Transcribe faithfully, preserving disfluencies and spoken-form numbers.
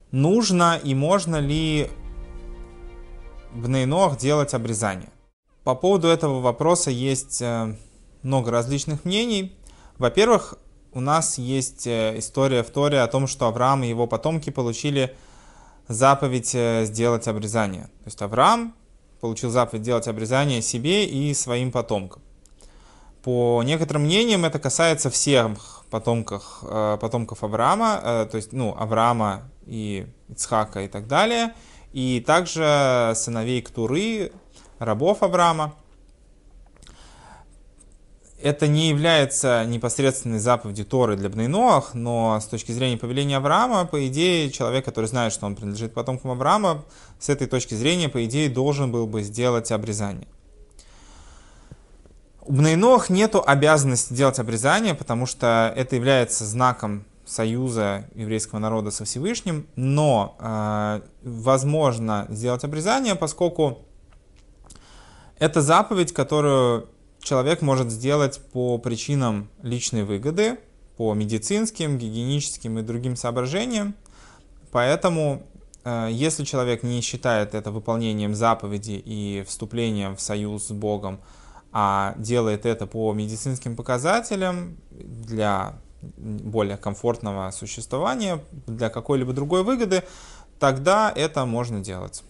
Нужно и можно ли в Бней Ноах делать обрезание? По поводу этого вопроса есть много различных мнений. Во-первых, у нас есть история в Торе о том, что Авраам и его потомки получили заповедь сделать обрезание. То есть Авраам получил заповедь делать обрезание себе и своим потомкам. По некоторым мнениям это касается всех потомков, потомков Авраама, то есть ну, Авраама и Ицхака и так далее, и также сыновей Ктуры, рабов Авраама. Это не является непосредственной заповедью Торы для Бней Ноах, но с точки зрения повеления Авраама, по идее, человек, который знает, что он принадлежит потомкам Авраама, с этой точки зрения, по идее, должен был бы сделать обрезание. У Бней Ноах нету обязанности делать обрезание, потому что это является знаком союза еврейского народа со Всевышним, но э, возможно сделать обрезание, поскольку это заповедь, которую человек может сделать по причинам личной выгоды, по медицинским, гигиеническим и другим соображениям. Поэтому, если человек не считает это выполнением заповеди и вступлением в союз с Богом, а делает это по медицинским показателям для более комфортного существования, для какой-либо другой выгоды, тогда это можно делать.